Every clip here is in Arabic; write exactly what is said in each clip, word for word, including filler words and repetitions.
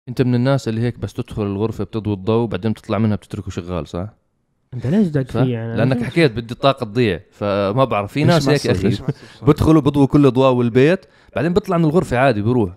انت من الناس اللي هيك بس تدخل الغرفه بتضوي الضوء بعدين تطلع منها بتتركه شغال صح؟ انت ليش بدك فيه يعني؟ لانك حكيت بدي الطاقه تضيع، فما بعرف في ناس هيك يا اخي بدخلوا بضووا كل ضوء والبيت بعدين بيطلع من الغرفه عادي بيروح.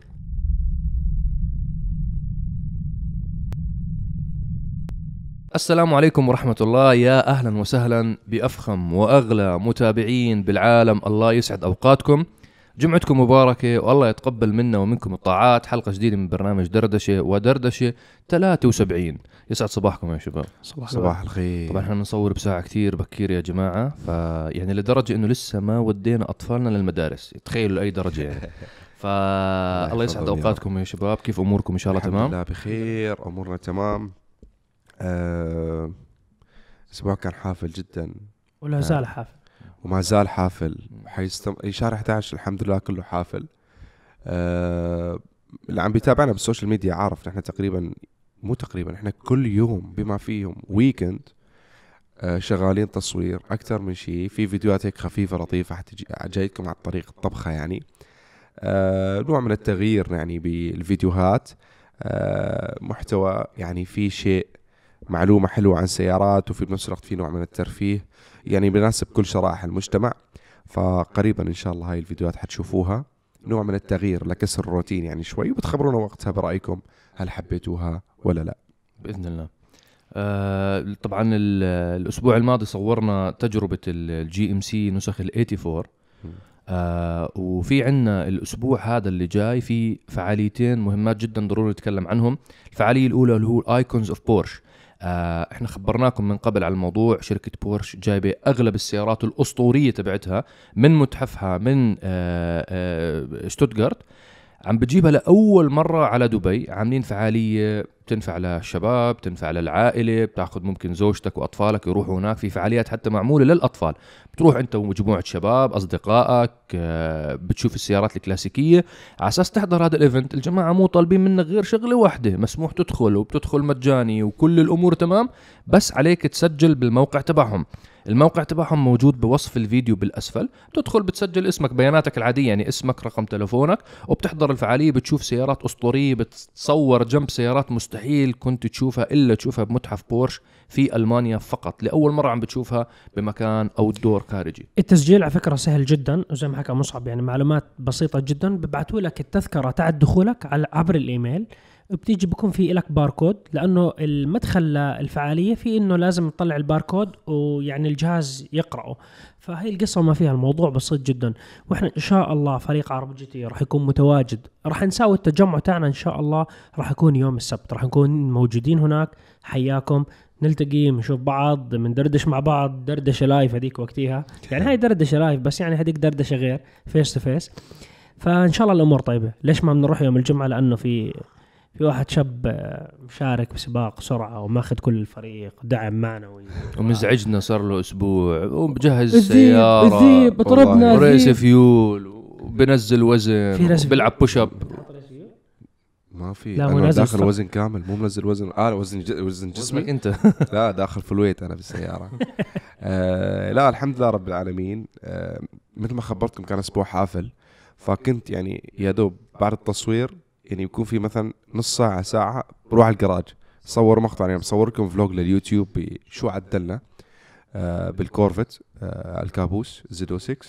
السلام عليكم ورحمة الله، يا أهلا وسهلا بأفخم وأغلى متابعين بالعالم، الله يسعد أوقاتكم، جمعتكم مباركة والله يتقبل منا ومنكم الطاعات. حلقة جديدة من برنامج دردشة ودردشة ثلاثة وسبعين. يسعد صباحكم يا شباب. صباح, صباح الخير. طبعا احنا بنصور بساعة كتير بكير يا جماعة، فيعني لدرجة انه لسه ما ودينا اطفالنا للمدارس، تخيلوا لأي درجة يعني. فالله يسعد اوقاتكم يا شباب. كيف اموركم؟ ان شاء الله تمام؟ الحمد لله بخير، امورنا تمام. أه... اسبوع كان حافل جدا ولا زال حافل وما زال حافل، حيستم... شهر أحد عشر الحمد لله كله حافل. أه... اللي عم بيتابعنا بالسوشيال ميديا عارف نحن تقريبا مو تقريبا احنا كل يوم بما فيهم ويكند أه شغالين تصوير اكثر من شيء، في فيديوهات هيك خفيفه لطيفه حتجي جايكم على طريق الطبخه يعني. أه نوع من التغيير يعني بالفيديوهات، أه محتوى يعني في شيء معلومه حلوه عن سيارات، وفي بنفس الوقت في نوع من الترفيه يعني بيناسب كل شرائح المجتمع. فقريبا ان شاء الله هاي الفيديوهات حتشوفوها، نوع من التغيير لكسر الروتين يعني شوي، وبتخبرونا وقتها برأيكم هل حبيتوها ولا لا بإذن الله. آه طبعا الأسبوع الماضي صورنا تجربة الجي ام سي نسخ ال ثمانية وثمانين، آه وفي عنا الأسبوع هذا اللي جاي في فعاليتين مهمات جدا ضروري نتكلم عنهم. الفعالية الأولى اللي هو الايكونز اوف بورش. آه احنا خبرناكم من قبل على الموضوع، شركة بورش جايبة اغلب السيارات الاسطورية تبعتها من متحفها من آه آه شتوتغارت، عم بتجيبها لأول مرة على دبي. عاملين فعالية بتنفع للشباب، بتنفع للعائلة، بتاخد ممكن زوجتك وأطفالك يروحوا هناك. في فعاليات حتى معمولة للأطفال، بتروح أنت ومجموعة شباب أصدقائك، بتشوف السيارات الكلاسيكية على أساس تحضر هذا الإيفنت. الجماعة مو طالبين منك غير شغلة واحدة، مسموح تدخل وبتدخل مجاني وكل الأمور تمام، بس عليك تسجل بالموقع تبعهم. الموقع تبعهم موجود بوصف الفيديو بالأسفل، بتدخل بتسجل اسمك، بياناتك العادية يعني اسمك، رقم تلفونك، وبتحضر الفعالية. بتشوف سيارات أسطورية، بتصور جنب سيارات مستحيل كنت تشوفها إلا تشوفها بمتحف بورش في ألمانيا فقط. لأول مرة عم بتشوفها بمكان أو دور خارجي. التسجيل على فكرة سهل جدا، وزي ما حكى مصعب يعني معلومات بسيطة جدا. ببعثوا لك التذكرة تاع دخولك على عبر الإيميل، بتيجي بكون في لك باركود، لأنه المدخل للفعالية في إنه لازم تطلع الباركود ويعني الجهاز يقرأه. فهي القصة ما فيها، الموضوع بسيط جدا. وإحنا إن شاء الله فريق عرب جي تي راح يكون متواجد، راح نساوي التجمع تاعنا إن شاء الله، راح يكون يوم السبت، راح نكون موجودين هناك. حياكم، نلتقي نشوف بعض، من دردش مع بعض، دردشة لايف هذيك وقتها يعني. هاي دردشة لايف بس يعني هذيك دردشة غير فيس تو فيس. فإن شاء الله الأمور طيبة. ليش ما بنروح يوم الجمعة؟ لأنه في في واحد شاب مشارك بسباق سرعة وماخذ كل الفريق دعم معنوي، ومزعجنا صار له أسبوع وبجهز سيارة الذيب بطربنا وريس فيول وبنزل وزن وبلعب بوش اب. ما في، أنا داخل وزن كامل، مو منزل وزن آه وزن ج... وزن جسمي انت. لا داخل فلويت انا بالسيارة. آه لا الحمد لله رب العالمين. آه مثل ما خبرتكم كان اسبوع حافل، فكنت يعني يا دوب بعد التصوير يعني يكون في مثلا نص ساعة ساعة بروح الجراج صور مقطع. يعني بصور لكم فلوج لليوتيوب بشو عدلنا آه بالكورفت آه الكابوس زد ستة.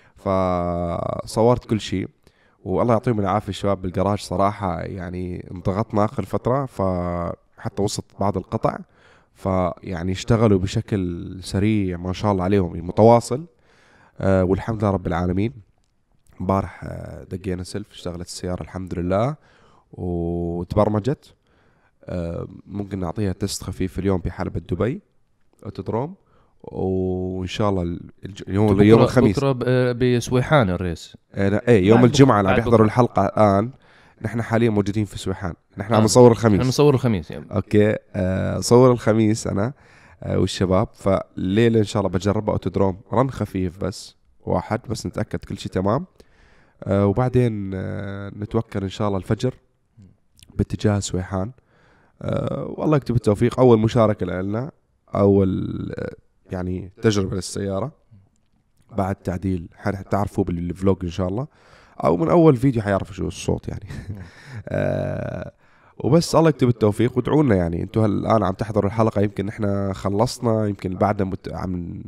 فصورت كل شيء، والله يعطيهم العافية الشباب بالجراج صراحة. يعني انضغطنا آخر فترة، فحتى وصلت بعض القطع، فيعني اشتغلوا بشكل سريع ما شاء الله عليهم متواصل. آه والحمد لله رب العالمين. امبارح دقينا سلف، اشتغلت السيارة الحمد لله وتبرمجت. ممكن نعطيها تست خفيف اليوم بحلبة دبي أوتودروم، وإن شاء الله اليوم يوم الخميس بكرة بسويحان الريس. ايه يوم الجمعة اللي عم يحضروا الحلقة الآن. نحن حاليا موجودين في سويحان، نحن عم نصور الخميس. نحن نصور الخميس يعني. اوكي آه صور الخميس أنا آه والشباب. فالليلة إن شاء الله بجربها أوتودروم رن خفيف بس واحد، بس نتأكد كل شيء تمام. آه وبعدين آه نتوكل إن شاء الله الفجر باتجاه سويحان. آه والله يكتب التوفيق. أول مشاركة لنا، أول آه يعني تجربة للسيارة بعد تعديل حتعرفوا بالفلوج إن شاء الله، أو من أول فيديو حيعرفوا شو الصوت يعني. آه وبس الله يكتب التوفيق وادعونا. يعني انتم الان عم تحضروا الحلقه، يمكن احنا خلصنا، يمكن بعدنا مت... عم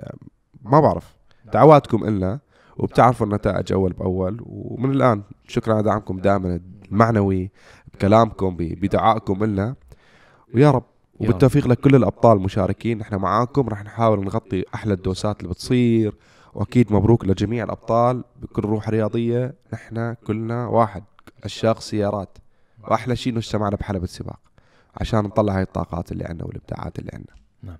ما بعرف. دعواتكم إلنا وبتعرفوا النتائج اول باول. ومن الان شكرا على دعمكم دائما المعنوي بكلامكم بدعائكم إلنا، ويا رب وبالتوفيق لكل الابطال المشاركين. نحن معاكم رح نحاول نغطي احلى الدوسات اللي بتصير، واكيد مبروك لجميع الابطال بكل روح رياضيه. نحن كلنا واحد عشاق سيارات، واحلى شيء نجتمعنا بحلبة سباق عشان نطلع هاي الطاقات اللي عندنا والابداعات اللي عندنا. نعم.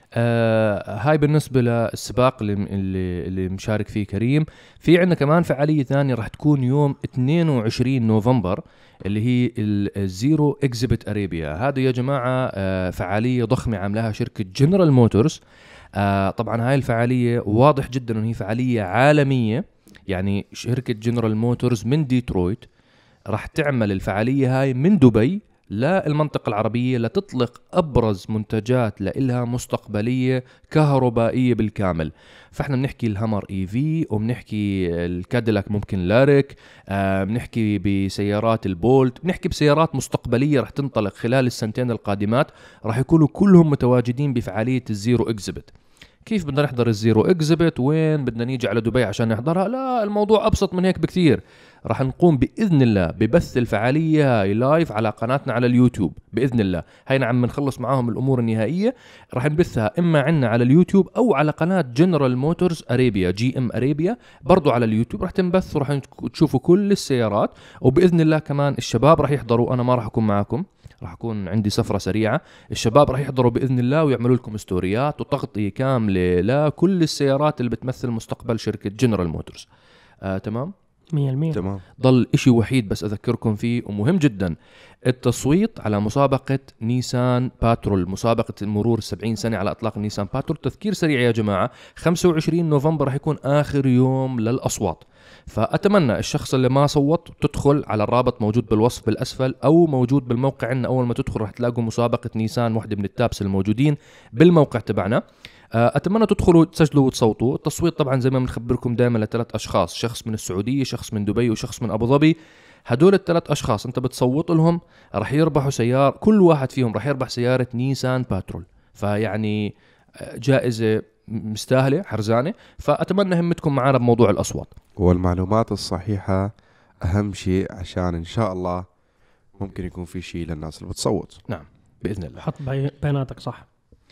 آه هاي بالنسبة للسباق اللي, اللي, اللي مشارك فيه كريم. في عندنا كمان فعالية ثانية راح تكون يوم اثنين وعشرين نوفمبر اللي هي الزيرو اكزيبت اريبيا. هذا يا جماعة آه فعالية ضخمة عاملاها شركة جنرال موتورز. آه طبعا هاي الفعالية واضح جدا ان هي فعالية عالمية. يعني شركة جنرال موتورز من ديترويت راح تعمل الفعالية هاي من دبي للمنطقة العربية لتطلق أبرز منتجات لإلها مستقبلية كهربائية بالكامل. فإحنا بنحكي الهامر إي في، وبنحكي الكاديلاك ممكن لاريك، آه بنحكي بسيارات البولت، بنحكي بسيارات مستقبلية رح تنطلق خلال السنتين القادمات. رح يكونوا كلهم متواجدين بفعالية الزيرو اكزيبت. كيف بدنا نحضر الزيرو اكزيبت؟ وين بدنا نيجي على دبي عشان نحضرها؟ لا، الموضوع أبسط من هيك بكثير. راح نقوم بإذن الله ببث الفعالية هاي لايف على قناتنا على اليوتيوب بإذن الله. هاي عم نخلص معاهم الأمور النهائية. راح نبثها إما عنا على اليوتيوب أو على قناة جنرال موتورز أريبيا جي إم أريبيا برضو على اليوتيوب. راح تنبث وراح تشوفوا كل السيارات. وبإذن الله كمان الشباب راح يحضروا. أنا ما راح أكون معكم، راح أكون عندي سفرة سريعة. الشباب راح يحضروا بإذن الله ويعملوا لكم ستوريات وتغطية كاملة لكل السيارات اللي بتمثل مستقبل شركة جنرال موتورز. آه، تمام مية بالمية. تمام. ضل إشي وحيد بس أذكركم فيه ومهم جدا، التصويت على مسابقة نيسان باترول، مسابقة المرور السبعين سنة على إطلاق نيسان باترول. تذكير سريع يا جماعة، خمسة وعشرين نوفمبر راح يكون آخر يوم للأصوات. فأتمنى الشخص اللي ما صوت تدخل على الرابط موجود بالوصف بالأسفل أو موجود بالموقع عندنا. أول ما تدخل راح تلاقوا مسابقة نيسان، واحدة من التابس الموجودين بالموقع تبعنا. أتمنى تدخلوا تسجلوا وتصوتوا. التصويت طبعا زي ما بنخبركم دائما لثلاث أشخاص، شخص من السعودية، شخص من دبي، وشخص من أبو ظبي. هدول الثلاث أشخاص أنت بتصوت لهم راح يربحوا سيارة، كل واحد فيهم راح يربح سيارة نيسان باترول. فيعني جائزة مستاهلة حرزانة. فأتمنى همتكم معنا بموضوع الأصوات. والمعلومات الصحيحة أهم شيء عشان إن شاء الله ممكن يكون في شيء للناس اللي بتصوت. نعم بإذن الله. حط بياناتك صح.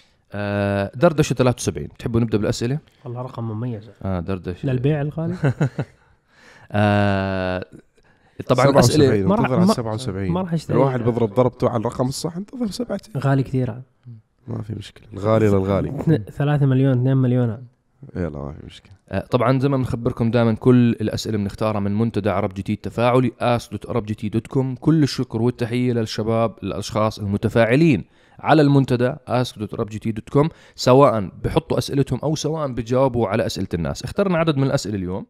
آه دردشة ثلاثة وسبعين. تحبوا نبدأ بالأسئلة؟ والله رقم مميز. آه دردشة للبيع الغالي. آه طبعا الأسئلة ما راح سبعة وسبعين. ما راح يشتري. الواحد بضرب ضربته على الرقم الصح انتظر سبعة. غالي كثير. ما في مشكلة، الغالي للغالي. ثلاثة مليون اثنين مليون. يلا ما في مشكلة. آه طبعا زي ما بنخبركم دائما كل الأسئلة بنختارها من منتدى عرب جديد تفاعلي آس دوت عرب جي تي دوت كوم. كل الشكر والتحية للشباب الأشخاص المتفاعلين على المنتدى آس دوت عرب جي تي دوت كوم، سواء بحطوا أسئلتهم أو سواء بجاوبوا على أسئلة الناس. اخترنا عدد من الأسئلة اليوم.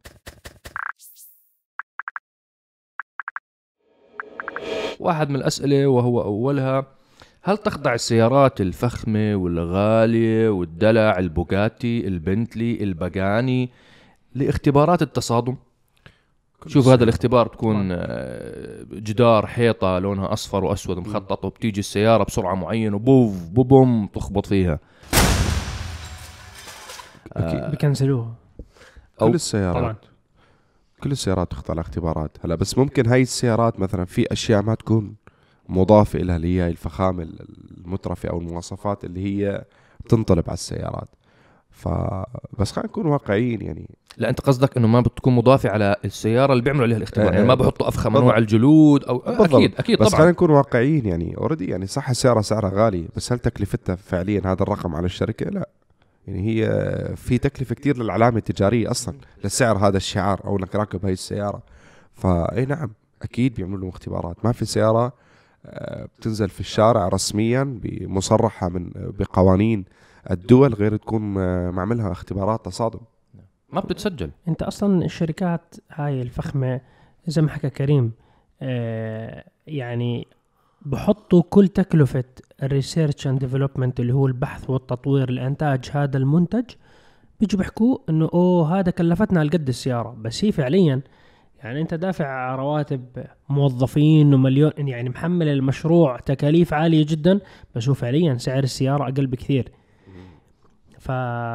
واحد من الأسئلة وهو أولها: هل تخضع السيارات الفخمة والغالية والدلع البوغاتي البنتلي الباغاني لاختبارات التصادم؟ شوف هذا الاختبار بتكون جدار حيطة لونها أصفر وأسود مخطط، وبتيجي السيارة بسرعة معينة وبوف بوبوم تخبط فيها. آه بيكنسلوها. كل السيارات طبعا. كل السيارات تخضع لاختبارات. هلا بس ممكن هاي السيارات مثلا في أشياء ما تكون مضافة إلها اللي هي الفخامة المترفة أو المواصفات اللي هي بتنطلب على السيارات. فبس خلينا نكون واقعيين يعني. لا أنت قصدك إنه ما بتكون مضافة على السيارة اللي بيعملوا عليها الاختبار، أه يعني ما بحطوا أفخم أنواع الجلود أو بالضبط. أكيد أكيد بس طبعا. خلينا نكون واقعيين يعني. أوريدي يعني صح السيارة سعرها غالي، بس هل تكلفتها فعليا هذا الرقم على الشركة؟ لا. يعني هي في تكلفة كتير للعلامة التجارية أصلا للسعر هذا الشعار أو إنك راكب هاي السيارة. فأي نعم أكيد بيعملوا لهم اختبارات. ما في سيارة بتنزل في الشارع رسميا بمصرحة من بقوانين الدول غير تكون معملها اختبارات تصادم، ما بتتسجل. انت اصلا الشركات هاي الفخمة زي ما حكى كريم آه يعني بحطوا كل تكلفة الريسيرش اند ديفلوبمنت اللي هو البحث والتطوير لإنتاج هذا المنتج. بيجوا بيحكوا انه اوه هذا كلفتنا على قد السيارة، بس هي فعليا يعني انت دافع رواتب موظفين ومليون، يعني محمل المشروع تكاليف عالية جدا، بس هو فعليا سعر السيارة اقل بكثير. ف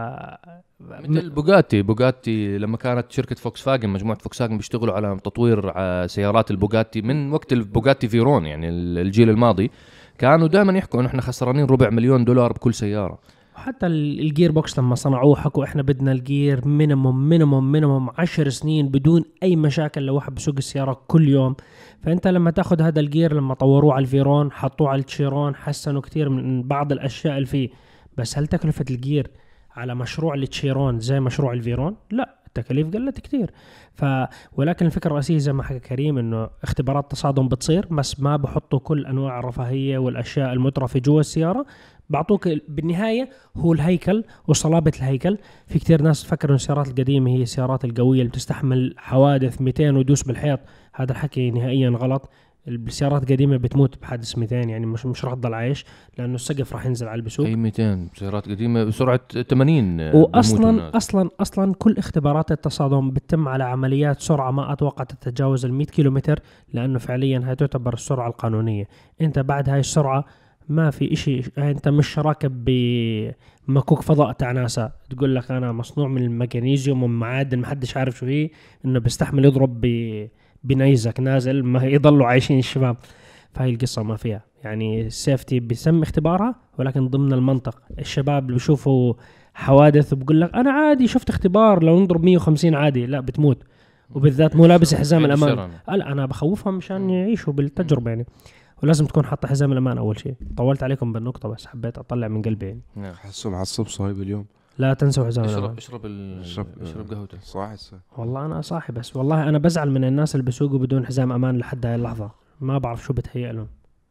مثل بوغاتي بوغاتي لما كانت شركة فوكس فاجن مجموعة فوكس فاجن بيشتغلوا على تطوير سيارات البوغاتي من وقت البوغاتي فيرون، يعني الجيل الماضي، كانوا دائما يحكوا انه احنا خسرانين ربع مليون دولار بكل سيارة. حتى الجير بوكس لما صنعوه حكوا احنا بدنا الجير مينيموم مينيموم مينيموم عشر سنين بدون اي مشاكل لو واحد بسوق السيارة كل يوم. فانت لما تاخذ هذا الجير، لما طوروه على الفيرون حطوه على التشيرون حسنوا كتير من بعض الاشياء اللي فيه، بس هل تكلفة الجير على مشروع التشيرون زي مشروع الفيرون؟ لا، التكاليف قلت كتير. ف ولكن الفكرة الرئيسية زي ما حكى كريم انه اختبارات تصادم بتصير، بس ما بحطوا كل انواع الرفاهية والاشياء المترفة جوا السيارة، بعطوك بالنهاية هو الهيكل وصلابة الهيكل. في كتير ناس فكروا ان السيارات القديمة هي السيارات القوية اللي بتستحمل حوادث مئتين ودوس بالحيط، هذا الحكي نهائيا غلط. السيارات القديمة بتموت بحادث مئتين، يعني مش مش راح تضل عايش لانه السقف راح ينزل على البسوق. اي مئتين سيارات قديمة بسرعة ثمانين. واصلا اصلا اصلا كل اختبارات التصادم بتتم على عمليات سرعة ما اتوقع تتجاوز ال مئة كيلومتر، لانه فعليا هاي تعتبر السرعة القانونية. انت بعد هاي السرعة ما في اشي، انت مش راكب بمكوك فضاء تاع ناسا تقول لك انا مصنوع من المغنيسيوم ومعادن محدش عارف شو هي، انه بيستحمل يضرب ب بنيزك نازل ما يضلوا عايشين الشباب. فهي القصة ما فيها، يعني السيفتي بيسمي اختبارها ولكن ضمن المنطق. الشباب اللي بيشوفوا حوادث وبقول لك انا عادي شفت اختبار لو نضرب مية وخمسين عادي، لا بتموت، وبالذات مو لابس حزام الامان. لا انا بخوفهم مشان يعيشوا بالتجربة يعني، ولازم تكون حاطه حزام الامان اول شيء. طولت عليكم بالنقطه بس حبيت اطلع من قلبي يعني. حسوا معصب صهيب اليوم. لا تنسوا حزام اشرب الامان. اشرب اشرب, اشرب قهوتك. صح. والله انا صاحي، بس والله انا بزعل من الناس اللي بيسوقوا بدون حزام امان لحد هاي اللحظه، ما بعرف شو بتهيأ لهم،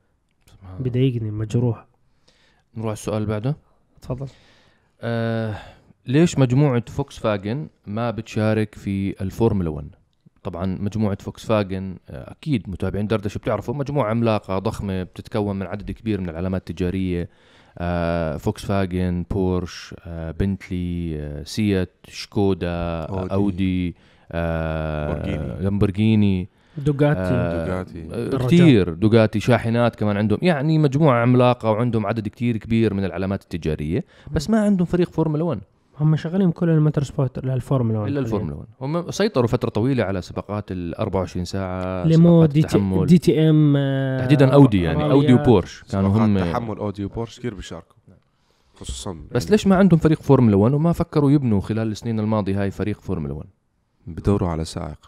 بضايقني مجروح. نروح السؤال اللي بعده. تفضل. آه ليش مجموعه فوكس فاجن ما بتشارك في الفورمولا واحد؟ طبعا مجموعة فوكس فاجن أكيد متابعين دردشة بتعرفوا مجموعة عملاقة ضخمة بتتكون من عدد كبير من العلامات التجارية، فوكس فاجن، بورش، بنتلي، سيات، شكودا، أودي, أودي لامبورغيني، دوغاتي، كتير دوغاتي، شاحنات كمان عندهم، يعني مجموعة عملاقة وعندهم عدد كتير كبير من العلامات التجارية، بس ما عندهم فريق فورمولا واحد. هم شغالين كل الموتور سبورت للفورمولا واحد الا الفورمولا واحد. هم سيطروا فتره طويله على سباقات ال أربعة وعشرين ساعه، ليمو دي تي, دي تي ام تحديدا اودي، يعني اودي وبورش كانوا هم تحمل اودي وبورش كثير بيشاركوا خصوصا. بس يعني ليش ما عندهم فريق فورمولا واحد وما فكروا يبنوا خلال السنين الماضيه هاي فريق فورمولا واحد؟ بدوروا على سائق.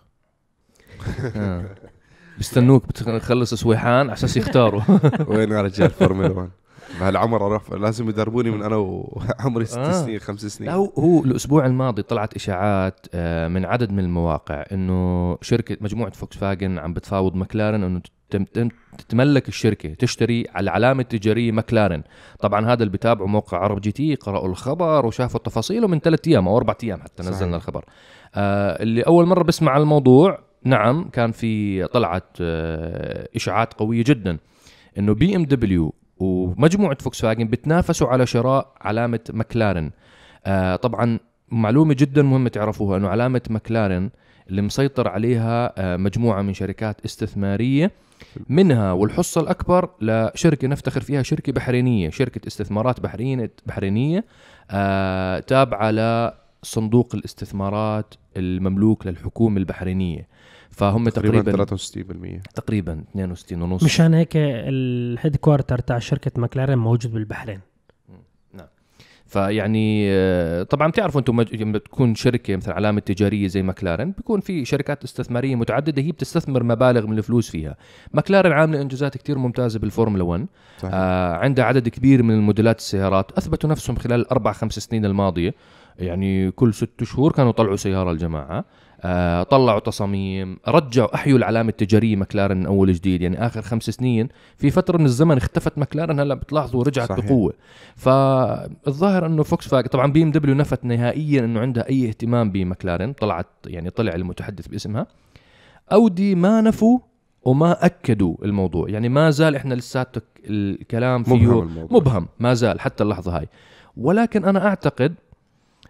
آه. بيستنوك بتخلص سويحان عشان يختاروا. وين يا رجال فورمولا واحد بهالعمر اروح لازم يدربوني من انا وعمري ست آه. سنين خمس سنين. لا هو الاسبوع الماضي طلعت اشاعات من عدد من المواقع انه شركه مجموعه فوكس فاجن عم بتفاوض مكلارن انه تتملك الشركه، تشتري على العلامه التجاريه مكلارن. طبعا هذا اللي بتابعوا موقع عرب جي تي قرأوا الخبر وشافوا التفاصيل من ثلاث ايام او اربع ايام حتى نزلنا صحيح. الخبر آه اللي اول مره بسمع الموضوع، نعم كان في طلعت آه اشاعات قويه جدا انه بي ام دبليو ومجموعة فوكس فاجن بتنافسوا على شراء علامة مكلارن. آه طبعا معلومة جدا مهمة تعرفوها انه علامة مكلارن اللي مسيطر عليها آه مجموعة من شركات استثمارية، منها والحصة الأكبر لشركة نفتخر فيها، شركة بحرينية، شركة استثمارات بحرينية بحرينية آه تابعة لصندوق الاستثمارات المملوك للحكومة البحرينية. فهم تقريبا ثلاثة وستين بالمية تقريبا اثنين وستين ونص. مشان هيك الهيد كوارتر تاع شركة مكلارن موجود بالبحرين. نعم. فيعني طبعا بتعرفوا انتم لما تكون شركة مثل علامة تجارية زي مكلارن بيكون في شركات استثمارية متعددة هي بتستثمر مبالغ من الفلوس فيها. مكلارن عاملة انجازات كتير ممتازة بالفورمولا واحد، آه عندها عدد كبير من الموديلات السيارات اثبتوا نفسهم خلال الاربع خمس سنين الماضية، يعني كل ست شهور كانوا طلعوا سيارة الجماعة، آه طلعوا تصاميم، رجعوا أحيوا العلامة التجارية مكلارن من أول جديد. يعني آخر خمس سنين في فترة من الزمن اختفت مكلارن، هلا بتلاحظوا رجعت صحيح. بقوة. فالظاهر أنه فوكس فاجن طبعا بي ام دبليو نفت نهائيا أنه عندها أي اهتمام بمكلارن، طلعت يعني طلع المتحدث باسمها. أودي ما نفوا وما أكدوا الموضوع، يعني ما زال إحنا لساتك الكلام فيه مبهم, مبهم ما زال حتى اللحظة هاي. ولكن أنا أعتقد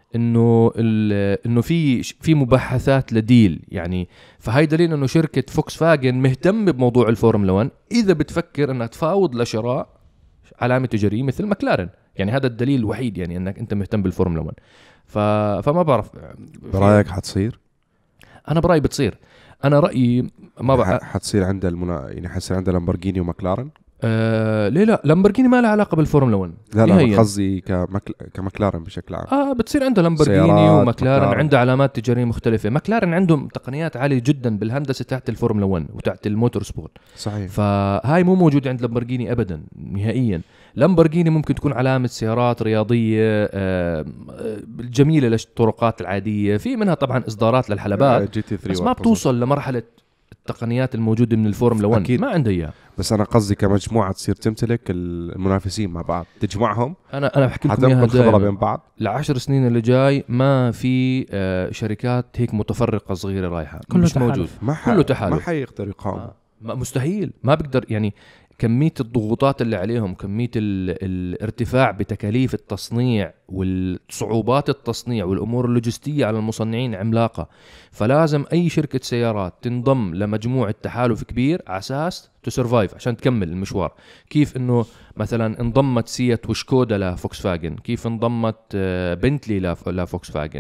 انه انه في في مباحثات لديل يعني. فهي دليل انه شركه فوكس فاجن مهتمه بموضوع الفورمولا واحد اذا بتفكر انها تفاوض لشراء علامه تجاريه مثل ماكلارن. يعني هذا الدليل الوحيد يعني انك انت مهتم بالفورمولا واحد. ف... فما بعرف برايك حتصير؟ انا برايي بتصير. انا رايي ما بقى حتصير عند المنا... يعني حتصير عند لامبورغيني وماكلارن. آه ليه لا لامبورغيني ما لها علاقه بالفورمولا واحد. لا لا قصدي كمكل... كماكلارن بشكل عام. اه بتصير عنده لامبورغيني وماكلارن عنده علامات تجاريه مختلفه. ماكلارن عندهم تقنيات عاليه جدا بالهندسه تحت الفورمولا واحد وتحت الموتور سبورت. صحيح. فهاي مو موجوده عند لامبورغيني ابدا نهائيا. لامبورغيني ممكن تكون علامه سيارات رياضيه آه جميله للطرقات العاديه، في منها طبعا اصدارات للحلبات بس ما بتوصل لمرحله التقنيات الموجوده من الفورمولا واحد. أكيد. ما عندها اياها. بس انا قصدي كمجموعه تصير تمتلك المنافسين مع بعض، تجمعهم. انا انا بحكي لكم اياها الخبره بين بعض. العشر سنين اللي جاي ما في آه شركات هيك متفرقه صغيره رايحه، مش تحالف. موجود. ما ح... كله تحالف. ما حيقدر يقاوم. آه. مستحيل. ما بقدر يعني كمية الضغوطات اللي عليهم، كمية الارتفاع بتكاليف التصنيع والصعوبات التصنيع والأمور اللوجستية على المصنعين عملاقة. فلازم أي شركة سيارات تنضم لمجموعة تحالف كبير على أساس تسرفايف عشان تكمل المشوار. كيف إنه مثلا انضمت سيات وشكودا لفوكس فاجن، كيف انضمت بنتلي لفوكس فاجن.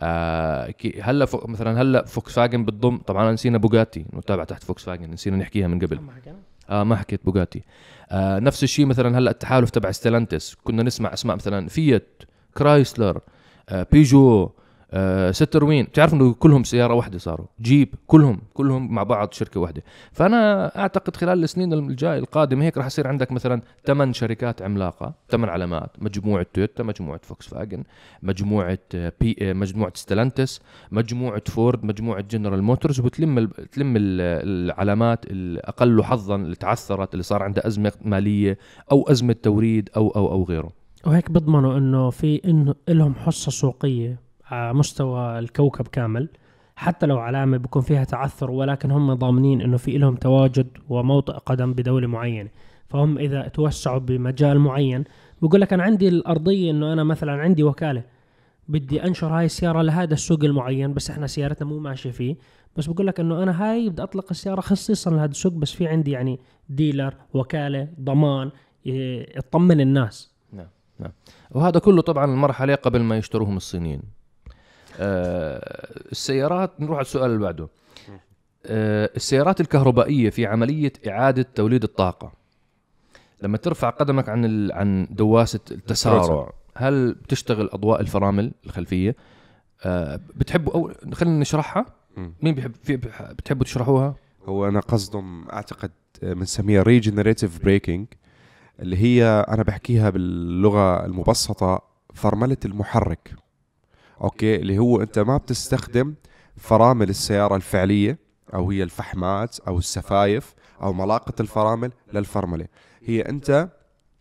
آه هلا مثلا هلا فوكس فاجن بتضم، طبعا نسينا بوغاتي نتابع تحت فوكس فاجن، نسينا نحكيها من قبل. آه ما حكيت بوغاتي. آه نفس الشيء مثلا هلا التحالف تبع ستيلانتس، كنا نسمع اسماء مثلا فيات، كرايسلر، آه بيجو، آه ستروين. بتعرف انه كلهم سياره واحده صاروا، جيب، كلهم كلهم مع بعض شركه واحده. فانا اعتقد خلال السنين الجايه القادمه هيك راح يصير عندك مثلا ثمان شركات عملاقه، ثمان علامات، مجموعه تويوتا، مجموعه فوكس فاجن، مجموعه بي مجموعه ستيلانتس، مجموعه فورد، مجموعه جنرال موتورز، وتلم ال... تلم العلامات الاقل حظا اللي تعثرت، اللي صار عندها ازمه ماليه او ازمه توريد او او او غيره. وهيك بضمنوا انه في انه لهم حصه سوقيه على مستوى الكوكب كامل، حتى لو علامة بيكون فيها تعثر، ولكن هم ضامنين انه في لهم تواجد وموطئ قدم بدولة معينة. فهم اذا توسعوا بمجال معين بقول لك انا عندي الارضية، انه انا مثلا عندي وكالة بدي انشر هاي السيارة لهذا السوق المعين، بس احنا سيارتنا مو ماشية فيه، بس بقول لك انه انا هاي بدي اطلق السيارة خصيصا لهذا السوق، بس في عندي يعني ديلر، وكالة، ضمان، يطمن الناس. نعم نعم. وهذا كله طبعا المرحلة قبل ما يشتروهم الصينيين. آه السيارات، نروح على السؤال اللي بعده. آه السيارات الكهربائية في عملية إعادة توليد الطاقة، لما ترفع قدمك عن ال... عن دواسة التسارع، هل بتشتغل أضواء الفرامل الخلفية؟ آه بتحبوا أو خلينا نشرحها. مين بيحب في بتحبوا تشرحوها؟ هو أنا قصدهم أعتقد بنسميها ريجنريتيف بريكنج، اللي هي أنا بحكيها باللغة المبسطة فرملة المحرك. أوكي، اللي هو أنت ما بتستخدم فرامل السيارة الفعلية أو هي الفحمات أو السفايف أو ملاقة الفرامل للفرملة، هي أنت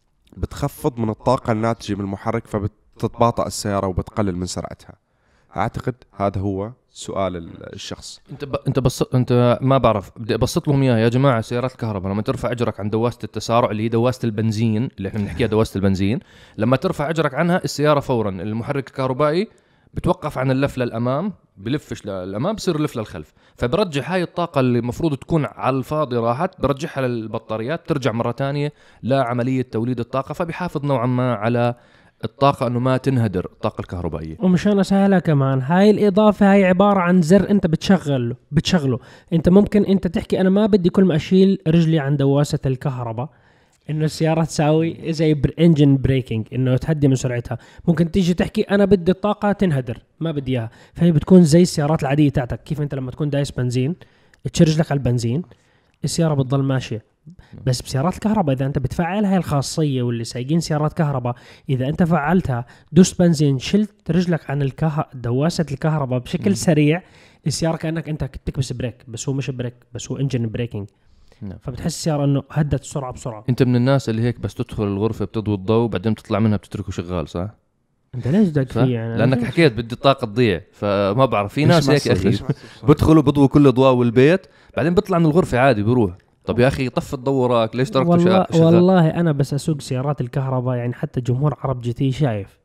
بتخفض من الطاقة الناتجة من المحرك فبتتباطأ السيارة وبتقلل من سرعتها. أعتقد هذا هو سؤال الشخص. انت ب... انت بس انت ما بعرف، بدي ابسط لهم اياها يا جماعه. سيارات الكهرباء لما ترفع اجرك عن دواسه التسارع اللي هي دواسه البنزين اللي احنا بنحكيها دواسه البنزين، لما ترفع اجرك عنها السياره فورا المحرك الكهربائي بتوقف عن اللف للامام، بلفش للامام بصير اللف للخلف، فبرجع هاي الطاقه اللي المفروض تكون على الفاضي راحت برجعها للبطاريات، ترجع مره ثانيه لعمليه توليد الطاقه، فبيحافظ نوعا ما على الطاقة انه ما تنهدر الطاقة الكهربائية. ومشان اسهلها كمان، هاي الاضافة هاي عبارة عن زر انت بتشغله بتشغله انت ممكن انت تحكي انا ما بدي كل ما اشيل رجلي عن دواسة الكهرباء انه السيارة تساوي زي انجن بريكنج انه تهدي من سرعتها، ممكن تيجي تحكي انا بدي الطاقة تنهدر ما بدي اياها، فهي بتكون زي السيارات العادية تاعتك. كيف انت لما تكون دايس بنزين تشيل رجلك على البنزين السيارة بتضل ماشية، بس بسيارات الكهرباء إذا أنت بتفعل هاي الخاصية، واللي سايقين سيارات كهرباء إذا أنت فعلتها دوست بنزين شلت رجلك عن الكه... دواسة الكهرباء بشكل م. سريع، السيارة كأنك أنت تكبس بريك، بس هو مش بريك، بس هو انجن بريكنج. نعم. فبتحس السيارة أنه هدت السرعة بسرعة. أنت من الناس اللي هيك بس تدخل الغرفة بتضوي الضوء بعدين بتطلع منها بتتركه شغال، صح؟ أنت ليش دق فيه يعني؟ لأنك حكيت بدي الطاقة تضيع، فما بعرف في ناس هيك أخي بدخلوا بضووا كل أضواء والبيت بعدين بيطلع من الغرفة عادي بيروح. طب يا أخي طف الضوء وراك ليش تركته والله شغال؟ والله أنا بس أسوق سيارات الكهرباء يعني حتى جمهور عرب جي تي شايف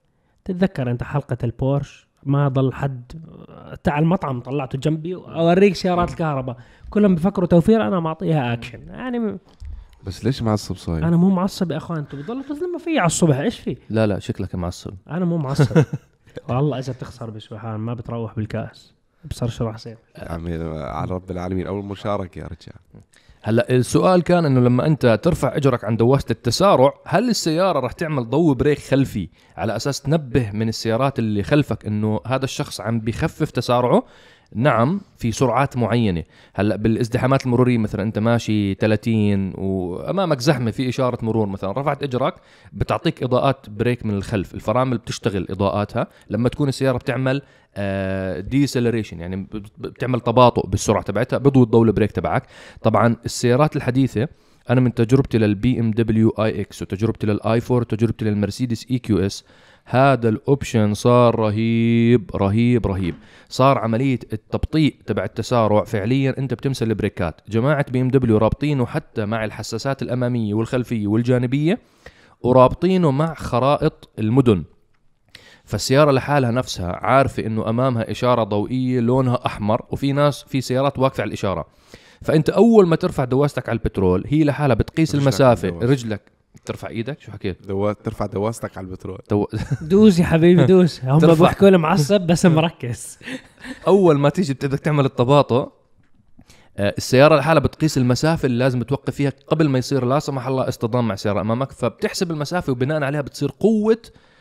تتذكر انت حلقه البورش ما ضل حد تعال المطعم طلعته جنبي اوريك سيارات الكهرباء كلهم بيفكروا توفير انا معطيها اكشن يعني. بس ليش معصب صاير؟ انا مو معصب يا اخوان انتوا بتضلوا تظلموا فيا على الصبح ايش في؟ لا لا شكلك معصب. انا مو معصب والله اذا بتخسر بسبحان ما بتروح بالكاس بصير شو راح يصير عمي على رب العالمين اول مشاركه يا رجال. هلا السؤال كان انه لما انت ترفع اجرك عن دواسه التسارع هل السياره راح تعمل ضوء بريك خلفي على اساس تنبه من السيارات اللي خلفك انه هذا الشخص عم بيخفف تسارعه؟ نعم في سرعات معينه. هلا بالازدحامات المروريه مثلا انت ماشي ثلاثين وامامك زحمه في اشاره مرور مثلا رفعت اجرك بتعطيك اضاءات بريك من الخلف، الفرامل بتشتغل اضاءاتها لما تكون السياره بتعمل ديسلريشن يعني بتعمل تباطؤ بالسرعه تبعتها بضوي الضوء البريك تبعك. طبعا السيارات الحديثه انا من تجربتي للبي ام دبليو اي اكس وتجربتي للاي فور وتجربتي للمرسيدس اي كيو اس هذا الاوبشن صار رهيب رهيب رهيب. صار عمليه التبطيء تبع التسارع فعليا انت بتمسك البريكات. جماعه بي ام دبليو رابطينه حتى مع الحساسات الاماميه والخلفيه والجانبيه ورابطينه مع خرائط المدن، فالسيارة لحالها نفسها عارفة انه امامها اشارة ضوئية لونها احمر وفي ناس في سيارات واقفة على الاشارة، فانت اول ما ترفع دواستك على البترول هي لحالها بتقيس المسافة. رجلك ترفع ايدك شو حكيت دو... ترفع دواستك على البترول دو... دوس يا حبيبي دوس هم بيحكوا لي معصب بس مركز. اول ما تيجي بدك تعمل التباطؤ السيارة لحالها بتقيس المسافة اللي لازم توقف فيها قبل ما يصير لا سمح الله اصطدام مع سيارة امامك، فبتحسب المسافة وبناء عليها بتصير قوة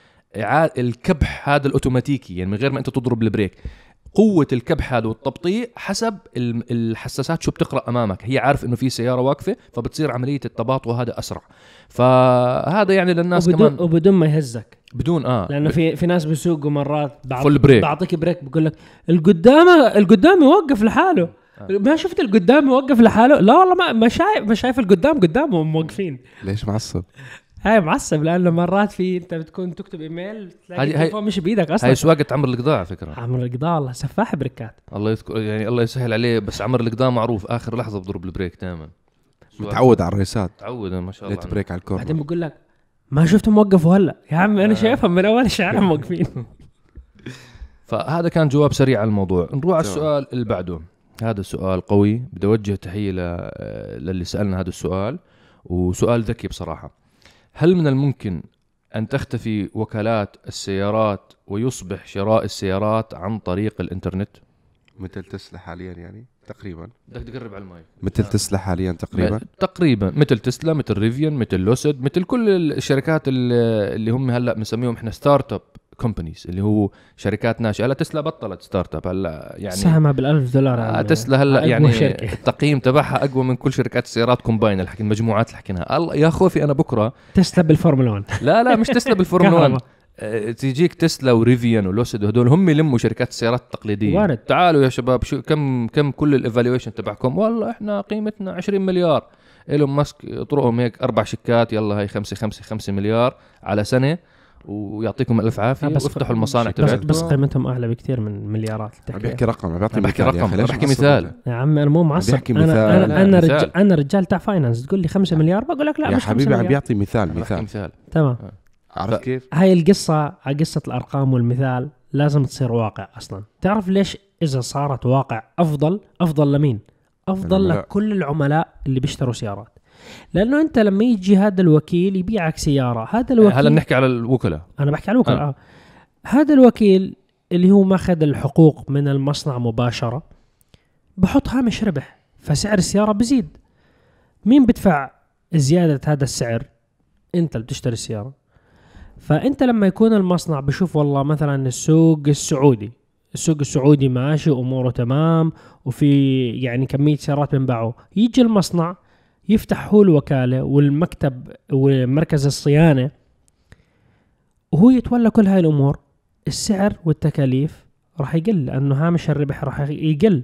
الكبح هذا الأوتوماتيكي يعني من غير ما أنت تضرب البريك. قوة الكبح هذا والتبطيء حسب الحساسات شو بتقرأ أمامك، هي عارف إنه في سيارة واقفة فبتصير عملية التباطؤ هذا أسرع. فهذا يعني للناس وبدون كمان وبدون ما يهزك بدون آه لأنه في في ناس بيسوقوا مرات فول بريك بعطيك بريك بقول لك القدام القدام يوقف لحاله آه. ما شفت القدام يوقف لحاله؟ لا والله ما ما شايف ما شايف القدام قدامه موقفين. ليش معصب؟ هاي معصب لأنه مرات في أنت بتكون تكتب إيميل تلاقي التليفون مش بإيدك أصلاً. هاي سواقة عمر القضاء على فكرة. عمر القضاء الله سفاح بريكات الله يذكر يعني الله يسهل عليه، بس عمر القضاء معروف آخر لحظة بضرب البريك دائما. متعود على الريسات متعود ما شاء الله. ليت بريك على الكورنر. بعدين بقول لك ما شفتهم وقفوا هلا يا عم أنا شايفهم من أول شارع موقفين. فهذا كان جواب سريع على الموضوع. نروح على السؤال اللي بعده. هذا السؤال قوي بدي أوجه تحية للي سألنا هذا السؤال وسؤال ذكي بصراحة. هل من الممكن أن تختفي وكالات السيارات ويصبح شراء السيارات عن طريق الإنترنت؟ مثل تسلا حاليا يعني تقريبا. بدك تقرب على المايك. مثل تسلا حاليا تقريبا. تقريبا مثل تسلا مثل ريفيان مثل لوسيد مثل كل الشركات اللي هم هلا بنسميهم احنا ستارت اب كومبانيز اللي هو شركات ناشئه. هلا تسلا بطلت ستارت اب هلا يعني سهمها بالألف دولار. آه تسلا هلا يعني التقييم تبعها اقوى من كل شركات السيارات كومباين اللي حكينا المجموعات اللي حكيناها. الله يا خوفي انا بكره تسلا بالفورمولا واحد. لا لا مش تسلا بالفورمولا واحد. أه تيجيك تسلا وريفيان ولوسيد وهدول هم يلموا شركات السيارات التقليديه. وارد. تعالوا يا شباب شو كم كم كل الايفالويشن تبعكم؟ والله احنا قيمتنا عشرين مليار. إيلون ماسك يطرقهم هيك اربع شيكات يلا هاي خمسة خمسة خمسة مليار على سنه ويعطيكم الف عافيه وافتحوا المصانع تبعتهم. بس قيمتهم اعلى بكثير من مليارات. بحكي رقم بحكي بحكي رقم بحكي مثال يا عم انا مو معصب. انا انا انا, أنا رجال انا رجال تاع فاينانس تقول لي خمسة مليار بقول لك لا يا مش حبيبي عم بيعطي مثال مثال, مثال. تمام عرفت كيف هاي القصه قصه الارقام والمثال لازم تصير واقع اصلا. تعرف ليش اذا صارت واقع افضل افضل لمين؟ افضل لكل العملاء اللي بيشتروا سيارات. لانه انت لما يجي هذا الوكيل يبيعك سياره هذا الوكيل هلا بنحكي على الوكلاء انا بحكي على الوكلاء آه. آه. هذا الوكيل اللي هو ماخذ الحقوق من المصنع مباشره بحط هامش ربح فسعر السياره بزيد. مين بدفع زياده هذا السعر؟ انت اللي بتشتري السياره. فانت لما يكون المصنع بشوف والله مثلا السوق السعودي السوق السعودي ماشي اموره تمام وفي يعني كميه سيارات بنباعه يجي المصنع يفتح هو الوكالة والمكتب ومركز الصيانة وهو يتولى كل هاي الأمور. السعر والتكاليف راح يقل لأنه هامش الربح راح يقل.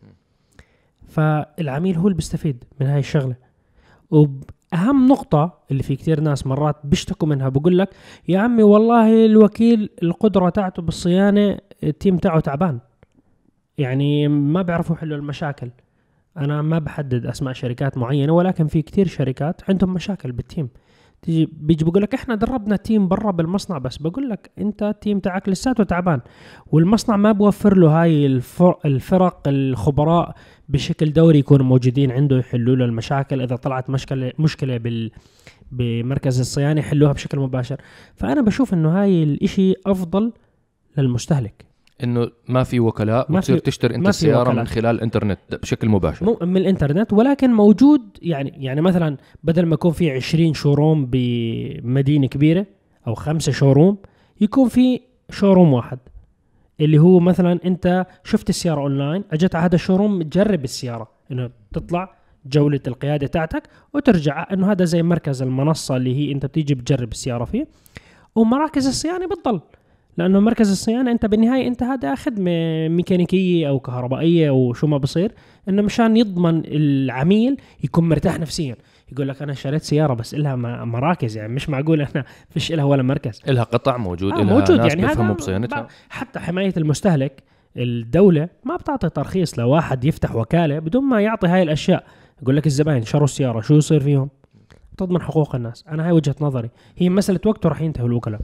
فالعميل هو اللي بيستفيد من هاي الشغلة. وأهم نقطة اللي في كتير ناس مرات بيشتكوا منها بقول لك يا عمي والله الوكيل القدرة تاعته بالصيانة التيم تاعه تعبان يعني ما بيعرفوا يحلوا المشاكل. أنا ما بحدد أسماء شركات معينة ولكن في كتير شركات عندهم مشاكل بالتيم. تيجي بيجي بقول لك احنا دربنا تيم برا بالمصنع، بس بقول لك انت التيم تاعك لساته تعبان، والمصنع ما بوفر له هاي الفرق الخبراء بشكل دوري يكونوا موجودين عنده يحلوا له المشاكل. اذا طلعت مشكله مشكله بال بمركز الصيانه يحلوها بشكل مباشر. فانا بشوف انه هاي الاشي افضل للمستهلك، انه ما في وكلاء وتصير تشتري انت السياره من خلال الانترنت بشكل مباشر، مو من الانترنت، ولكن موجود يعني يعني مثلا بدل ما يكون في عشرين شوروم بمدينه كبيره او خمسة شوروم، يكون في شوروم واحد اللي هو مثلا انت شفت السياره اونلاين، اجت على هذا الشوروم تجرب السياره، انه تطلع جوله القياده تاعتك وترجع، انه هذا زي مركز المنصه اللي هي انت بتيجي بتجرب السياره فيه. ومراكز الصيانه بتضل، لانه مركز الصيانه انت بالنهايه انت هذا خدمه ميكانيكيه او كهربائيه او شو ما بصير، انه مشان يضمن العميل يكون مرتاح نفسيا. يقول لك انا شريت سياره بس لها مراكز، يعني مش معقول احنا فيش لها ولا مركز، لها قطع موجود، آه لها موجود ناس يعني بيفهموا بصيانتها. حتى حمايه المستهلك الدوله ما بتعطي ترخيص لواحد يفتح وكاله بدون ما يعطي هاي الاشياء. يقول لك الزبائن شروا السياره شو يصير فيهم؟ تضمن حقوق الناس. انا هاي وجهه نظري، هي مساله وقت وراح ينتهي الوكلاء.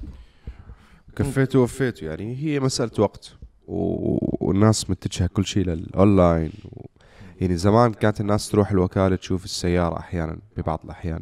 كفيت ووفيت، يعني هي مسألة وقت، والناس متجهة كل شيء للأونلاين. و... يعني زمان كانت الناس تروح الوكالة تشوف السيارة أحيانا ببعض الأحيان،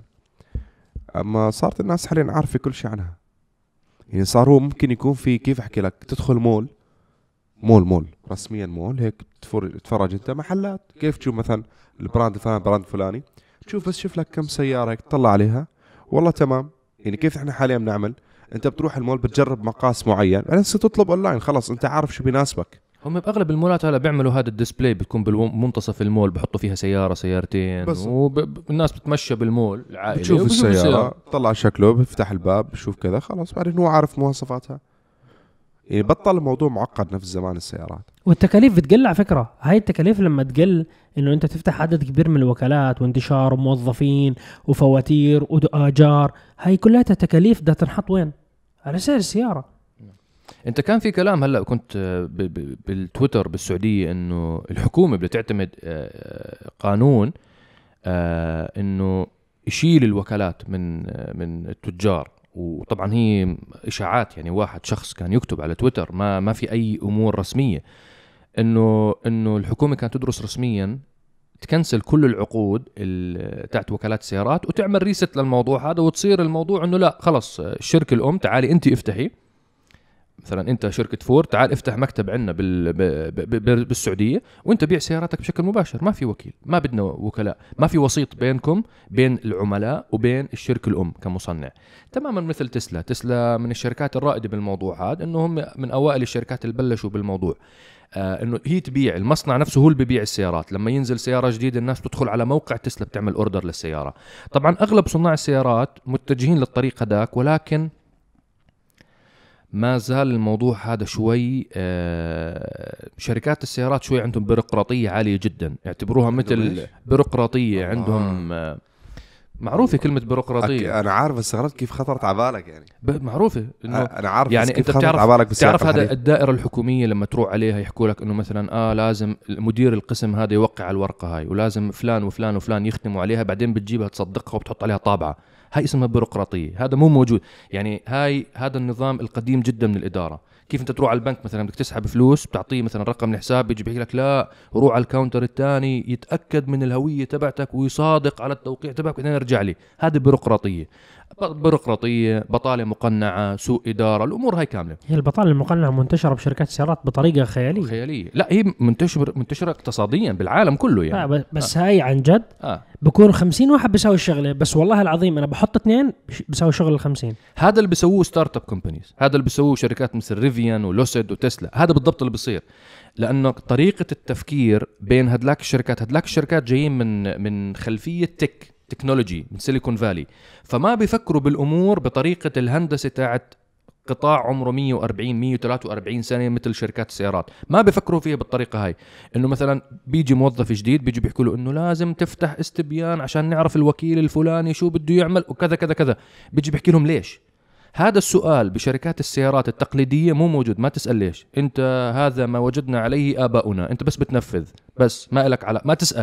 أما صارت الناس حاليا عارفة كل شيء عنها. يعني صار هو ممكن يكون في، كيف أحكي لك، تدخل مول مول مول رسميا مول هيك، تتفرج أنت محلات كيف تشوف مثلا البراند الفلاني براند فلاني، تشوف بس شوف لك كم سيارة هيك تطلع عليها والله تمام. يعني كيف احنا حاليا بنعمل، انت بتروح المول بتجرب مقاس معين، بعدين ستطلب اونلاين، خلاص انت عارف شو بيناسبك. هم باغلب المولات هلا بيعملوا هذا الديسبلاي، بتكون بالمنتصف المول بحطوا فيها سياره سيارتين، والناس بتمشى بالمول العائله بتشوف السياره طلع شكله، بيفتح الباب بشوف كذا خلاص، بعدين هو عارف مواصفاتها. يعني بطل الموضوع معقد نفس زمان السيارات. والتكاليف بتقل على فكره. هاي التكاليف لما تقل، انه انت تفتح عدد كبير من الوكالات وانتشار موظفين وفواتير واجار، هاي كلها تكاليف بدها تنحط وين؟ على سعر السياره. انت كان في كلام هلا كنت بالتويتر بالسعوديه انه الحكومه بدها تعتمد قانون انه يشيل الوكالات من من التجار. وطبعا هي اشاعات، يعني واحد شخص كان يكتب على تويتر، ما ما في اي امور رسميه، انه انه الحكومه كانت تدرس رسميا تكنسل كل العقود تاعت وكالات السيارات وتعمل ريست للموضوع هذا، وتصير الموضوع انه لا خلص الشركه الام تعالي انت افتحي، مثلا انت شركه فورد تعال افتح مكتب عندنا بال بالسعوديه وانت بيع سياراتك بشكل مباشر، ما في وكيل، ما بدنا وكلاء، ما في وسيط بينكم بين العملاء وبين الشركه الام كمصنع. تماما مثل تسلا. تسلا من الشركات الرائده بالموضوع هذا، انه هم من اوائل الشركات اللي بلشوا بالموضوع، آه انه هي تبيع، المصنع نفسه هو اللي ببيع السيارات. لما ينزل سياره جديده الناس بتدخل على موقع تسلا بتعمل اوردر للسياره. طبعا اغلب صناع السيارات متجهين للطريق هذاك، ولكن ما زال الموضوع هذا شوي آه شركات السيارات شوي عندهم بيروقراطية عالية جدا، يعتبروها مثل بيروقراطية عندهم. آه معروفة كلمة بيروقراطية. أنا عارف، استغربت كيف خطرت على بالك. يعني معروفة إنه أنا عارف، يعني أنت بتعرف تعرف هذا الدائرة الحكومية لما تروح عليها يحكوا لك إنه مثلا آه لازم مدير القسم هذا يوقع على الورقة هاي، ولازم فلان وفلان وفلان يختموا عليها، بعدين بتجيبها تصدقها وبتحط عليها طابعة. هاي اسمها بيروقراطية، هذا مو موجود. يعني هاي هذا النظام القديم جدا من الإدارة. كيف انت تروح على البنك مثلا بدك تسحب فلوس، بتعطيه مثلا رقم الحساب، بيجي بيحكي لك لا روح على الكاونتر الثاني يتاكد من الهويه تبعتك ويصادق على التوقيع تبعك بعدين يرجع لي. هذه بيروقراطيه، بيروقراطيه، بطاله مقنعه، سوء اداره، الامور هاي كامله. هي البطاله المقنعه منتشره بشركات السيارات بطريقه خياليه خياليه. لا هي منتشره منتشره اقتصاديا بالعالم كله يعني. آه بس آه. هاي عن جد آه. بكون خمسين واحد بيساوي الشغله، بس والله العظيم انا بحط اثنين بيساوي شغل الخمسين. هذا اللي بيسووه ستارت اب كومبانيز، هذا اللي بيسووه شركات مثل ريفيان ولوسيد وتسلا، هذا بالضبط اللي بيصير. لانه طريقه التفكير بين هدلاك الشركات، هدلاك الشركات جايين من من خلفيه تك تكنولوجي من سيليكون فالي، فما بيفكروا بالامور بطريقه الهندسه تاعت قطاع عمره مية وأربعين مية وثلاثة وأربعين سنه مثل شركات السيارات. ما بيفكروا فيها بالطريقه هاي. انه مثلا بيجي موظف جديد بيجي بيحكوا له انه لازم تفتح استبيان عشان نعرف الوكيل الفلاني شو بده يعمل وكذا كذا كذا، بيجي بيحكي لهم ليش. هذا السؤال بشركات السيارات التقليديه مو موجود. ما تسال ليش، انت هذا ما وجدنا عليه اباؤنا، انت بس بتنفذ، بس ما لك على ما تسال.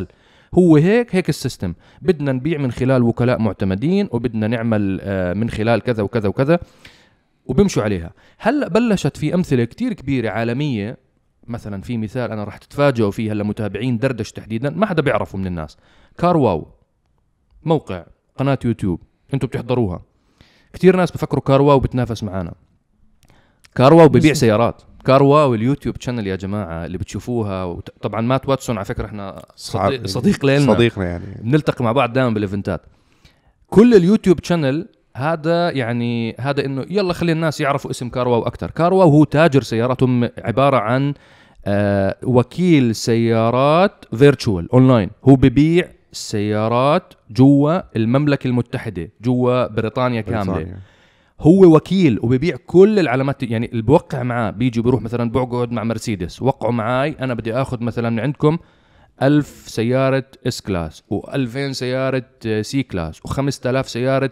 هو هيك هيك السيستم، بدنا نبيع من خلال وكلاء معتمدين وبدنا نعمل آه من خلال كذا وكذا وكذا وبمشوا عليها. هلا بلشت في امثله كتير كبيره عالميه، مثلا في مثال انا راح تتفاجئوا فيه هلا متابعين دردش تحديدا ما حدا بيعرفه من الناس. كارواو موقع قناه يوتيوب انتم بتحضروها، كتير ناس بفكروا كارواو بتنافس معانا. كارواو ببيع سيارات. كارواو اليوتيوب شانل يا جماعه اللي بتشوفوها، طبعا مات واتسون على فكره احنا صديق, صديق لنا، صديقنا يعني بنلتقي مع بعض دائما بالايفنتات. كل اليوتيوب شانل هذا يعني هذا انه يلا خلي الناس يعرفوا اسم كارواو اكثر. كارواو هو تاجر سيارات، هم عباره عن آه وكيل سيارات فيرتشوال اونلاين. هو ببيع سيارات جوا المملكه المتحده، جوا بريطانيا كامله. بريطانيا. هو وكيل وبيبيع كل العلامات، يعني اللي بوقع معاه بيجي بيروح مثلا بقعد مع مرسيدس، وقعوا معاي انا بدي اخذ مثلا من عندكم ألف سيارة اس كلاس وألفين سيارة سي كلاس وخمسة آلاف سيارة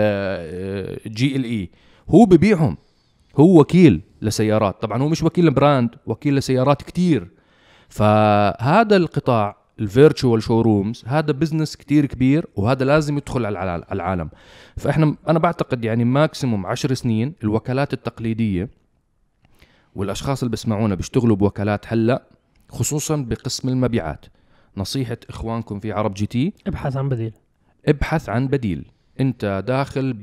جي ال اي، هو ببيعهم. هو وكيل لسيارات، طبعا هو مش وكيل براند، وكيل لسيارات كتير. فهذا القطاع الفيرتشوال شورومز هذا بزنس كتير كبير، وهذا لازم يدخل على العالم. فإحنا أنا بعتقد يعني ماكسيموم عشر سنين الوكالات التقليدية والأشخاص اللي بسمعونا بيشتغلوا بوكالات هلأ خصوصا بقسم المبيعات. نصيحة إخوانكم في عرب جي تي، ابحث عن بديل. ابحث عن بديل. أنت داخل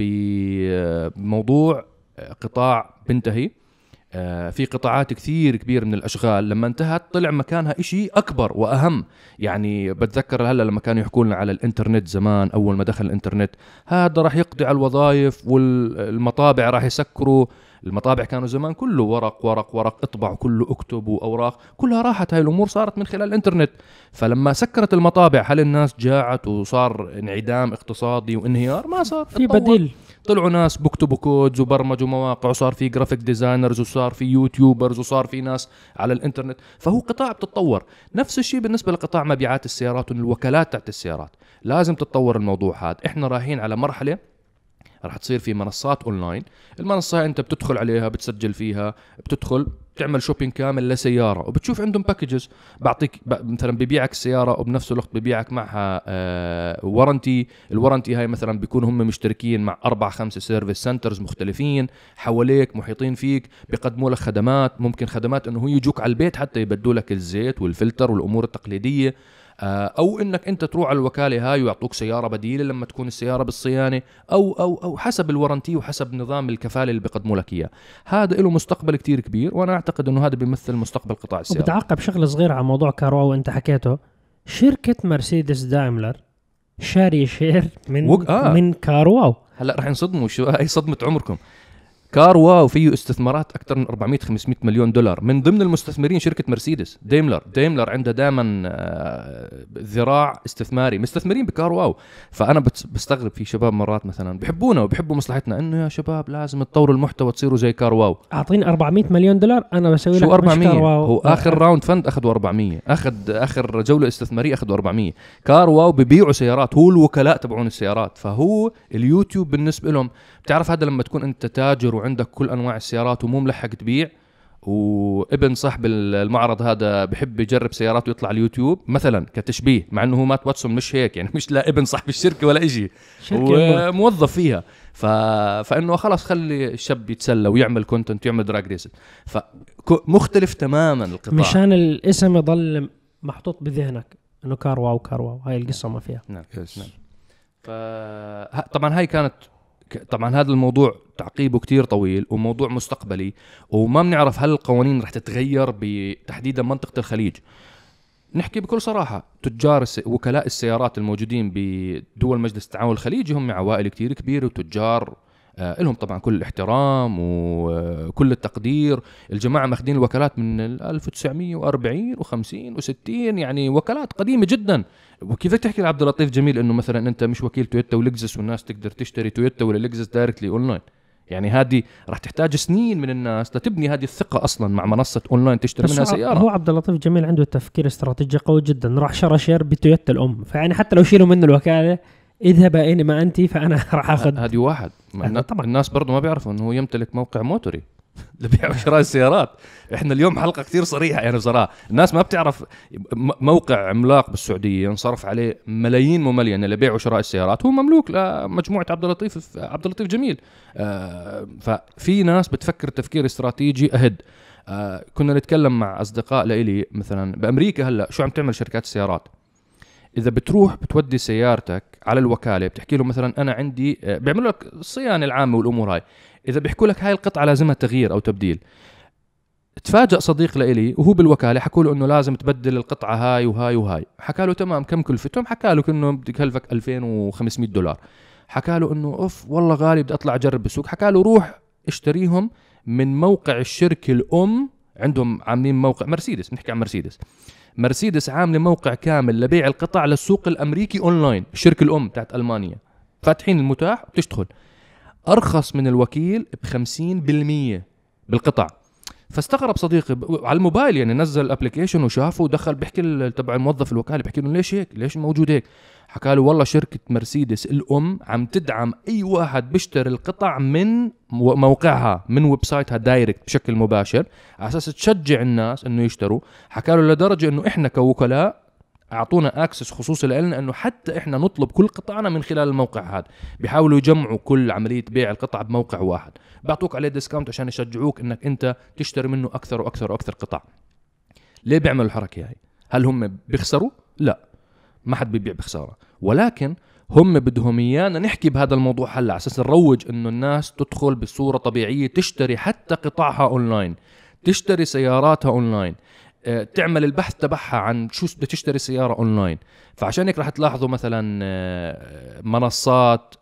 بموضوع قطاع بنتهي، في قطاعات كثير كبير من الأشغال لما انتهت طلع مكانها إشي أكبر وأهم. يعني بتذكر هلا لما كانوا يحكوا لنا على الإنترنت زمان، أول ما دخل الإنترنت هذا راح يقضي على الوظائف والمطابع راح يسكروا. المطابع كانوا زمان كله ورق ورق ورق، اطبع كله اكتب وأوراق، كلها راحت. هاي الأمور صارت من خلال الإنترنت. فلما سكرت المطابع هل الناس جاعت وصار انعدام اقتصادي وانهيار؟ ما صار، في بديل. طلعوا ناس بكتبوا كودز وبرمجوا مواقع، وصار في جرافيك ديزاينرز، وصار في يوتيوبرز، وصار في ناس على الانترنت. فهو قطاع بتتطور. نفس الشيء بالنسبة لقطاع مبيعات السيارات والوكالات تاعت السيارات، لازم تتطور الموضوع هذا. احنا رايحين على مرحلة راح تصير في منصات اونلاين. المنصة انت بتدخل عليها، بتسجل فيها، بتدخل تعمل شوبينج كامل لسيارة، وبتشوف عندهم باكجز. بعطيك مثلا ببيعك السيارة وبنفس الوقت ببيعك معها آه ورنتي. الورنتي هاي مثلا بيكون هم مشتركين مع أربع خمسة سيرفيس سنترز مختلفين حواليك محيطين فيك، بيقدموا لك خدمات. ممكن خدمات انه هو يجوك على البيت حتى يبدوا لك الزيت والفلتر والامور التقليدية، او انك انت تروح على الوكاله هاي ويعطوك سياره بديله لما تكون السياره بالصيانه، او او او حسب الورنتي وحسب نظام الكفاله اللي بيقدموا لك اياه. هذا له مستقبل كتير كبير، وانا اعتقد انه هذا بيمثل مستقبل قطاع السيارات. وبتعقب شغله صغيره على موضوع كارواو وانت حكيته. شركه مرسيدس دايملر شاري شير من وق... آه. من كارواو. هلا رح نصدموا، شو هاي صدمه عمركم. كارواو فيه استثمارات أكثر من أربعمية خمسمية مليون دولار، من ضمن المستثمرين شركة مرسيدس. دايملر دايملر عنده دائما ذراع استثماري، مستثمرين بكارواو. فأنا بستغرب في شباب مرات مثلا بحبونا وبحبوا مصلحتنا، إنه يا شباب لازم تطوروا المحتوى تصيروا زي كارواو. أعطيني أربعمية مليون دولار أنا بسوي لك. شو أربعمية؟ هو آخر راوند فند أخذوا أربعمية، أخذ آخر جولة استثمارية أخذوا أربعمية. كارواو ببيعوا سيارات، هو الوكلاء تبعون السيارات. فهو اليوتيوب بالنسبة لهم، بتعرف هذا لما تكون أنت تاجر وعندك كل أنواع السيارات ومو ملحق تبيع، وابن صاحب المعرض هذا بحب يجرب سيارات ويطلع على اليوتيوب مثلا كتشبيه، مع انه هو مات واتسون مش هيك، يعني مش لا ابن صاحب الشركه ولا إشي، وموظف فيها. ف... فانه خلاص خلي الشاب يتسلى ويعمل كونتنت ويعمل دراج ريسن. فمختلف تماما القطاع، مشان الاسم يضل محطوط بذهنك انه كارواو كارواو. هاي القصه ما فيها. نعم. نعم. ف... طبعا هاي كانت طبعا هذا الموضوع تعقيبه كتير طويل وموضوع مستقبلي، وما بنعرف هل القوانين رح تتغير بتحديدا منطقة الخليج. نحكي بكل صراحة، تجار وكلاء السيارات الموجودين بدول مجلس التعاون الخليجي هم عوائل كتير كبيرة وتجار آه لهم طبعا كل الاحترام وكل التقدير. الجماعة ماخدين الوكالات من ألف وتسعمية وأربعين وخمسين وستين، يعني وكالات قديمة جدا. وكيف تحكي لعبد اللطيف جميل انه مثلا انت مش وكيل تويوتا ولكزس والناس تقدر تشتري تويوتا ولا لكزس دايركتلي اونلاين؟ يعني هذه راح تحتاج سنين من الناس لتبني هذه الثقة اصلا مع منصة اونلاين تشتري منها سيارة. هو عبد اللطيف جميل عنده تفكير استراتيجي قوي جدا، راح شرى شير بتويوتا الام، فيعني حتى لو شيلوا منه الوكالة اذهب اينما انت فانا راح اخذ. هذه واحد طبعا. الناس برضو ما بيعرفوا انه هو يمتلك موقع موتوري، لبيع وشراء السيارات. احنا اليوم حلقه كثير صريحه يعني بصراحه، الناس ما بتعرف موقع عملاق بالسعوديه ينصرف عليه ملايين مملينه لبيع وشراء السيارات، هو مملوك لمجموعه عبد اللطيف عبد اللطيف جميل. آه ففي ناس بتفكر تفكير استراتيجي اهد. آه كنا نتكلم مع اصدقاء لإلي مثلا بامريكا، هلا شو عم تعمل شركات السيارات؟ اذا بتروح بتودي سيارتك على الوكاله، بتحكي لهم مثلا انا عندي، بيعملوا لك الصيانه العامه والامور هاي، اذا بيحكوا لك هاي القطعه لازمها تغيير او تبديل، تفاجأ صديق لإلي وهو بالوكاله حكوا له انه لازم تبدل القطعه هاي وهاي وهاي، حكى له تمام كم كلفتهم؟ حكى له انه بدك كلفك ألفين وخمسمية دولار. حكى له انه اوف والله غالي بدي اطلع اجرب بالسوق. حكى له روح اشتريهم من موقع الشركه الام، عندهم عاملين موقع مرسيدس، بنحكي عن مرسيدس مرسيدس عامله موقع كامل لبيع القطع للسوق الامريكي اونلاين، الشركه الام تاعت المانيا فاتحين المتاح بتشتغل ارخص من الوكيل بخمسين بالمية بالقطع. فاستغرب صديقي على الموبايل، يعني نزل الابليكيشن وشافه ودخل بيحكي تبع الموظف الوكاله، بيحكي له ليش هيك، ليش موجود هيك؟ حكى له والله شركه مرسيدس الام عم تدعم اي واحد بيشتري القطع من موقعها من ويب سايتها دايركت بشكل مباشر على اساس تشجع الناس انه يشتروا. حكى له لدرجه انه احنا كوكلاء اعطونا اكسس خصوصي لنا انه حتى احنا نطلب كل قطعنا من خلال الموقع هذا. بيحاولوا يجمعوا كل عمليه بيع القطع بموقع واحد، بيعطوك عليه ديسكاونت عشان يشجعوك انك انت تشتري منه اكثر واكثر واكثر قطع. ليه بيعملوا الحركه هاي؟ هل هم بيخسروا؟ لا، ما حد بيبيع بخساره، ولكن هم بدهم ايانا نحكي بهذا الموضوع هلا على اساس نروج انه الناس تدخل بصوره طبيعيه، تشتري حتى قطعها اونلاين، تشتري سياراتها اونلاين، تعمل البحث تبعها عن شو بدها تشتري سيارة أونلاين. فعشان هيك رح تلاحظوا مثلا منصات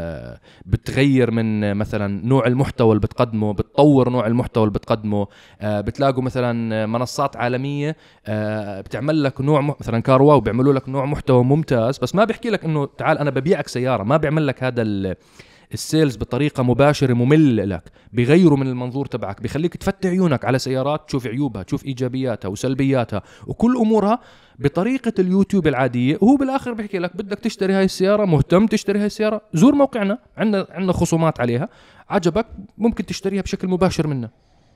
بتغير من مثلا نوع المحتوى اللي بتقدمه، بتطور نوع المحتوى اللي بتقدمه. بتلاقوا مثلا منصات عالمية بتعمل لك نوع مثلا كارواو بيعملوا لك نوع محتوى ممتاز، بس ما بيحكي لك انه تعال انا ببيعك سيارة، ما بيعمل لك هذا السيلز بطريقة مباشرة ممل لك، بيغيروا من المنظور تبعك، بيخليك تفتح عيونك على سيارات، تشوف عيوبها، تشوف إيجابياتها وسلبياتها وكل أمورها بطريقة اليوتيوب العادية. وهو بالآخر بيحكي لك بدك تشتري هاي السيارة، مهتم تشتري هاي السيارة، زور موقعنا، عندنا عندنا خصومات عليها، عجبك ممكن تشتريها بشكل مباشر منا.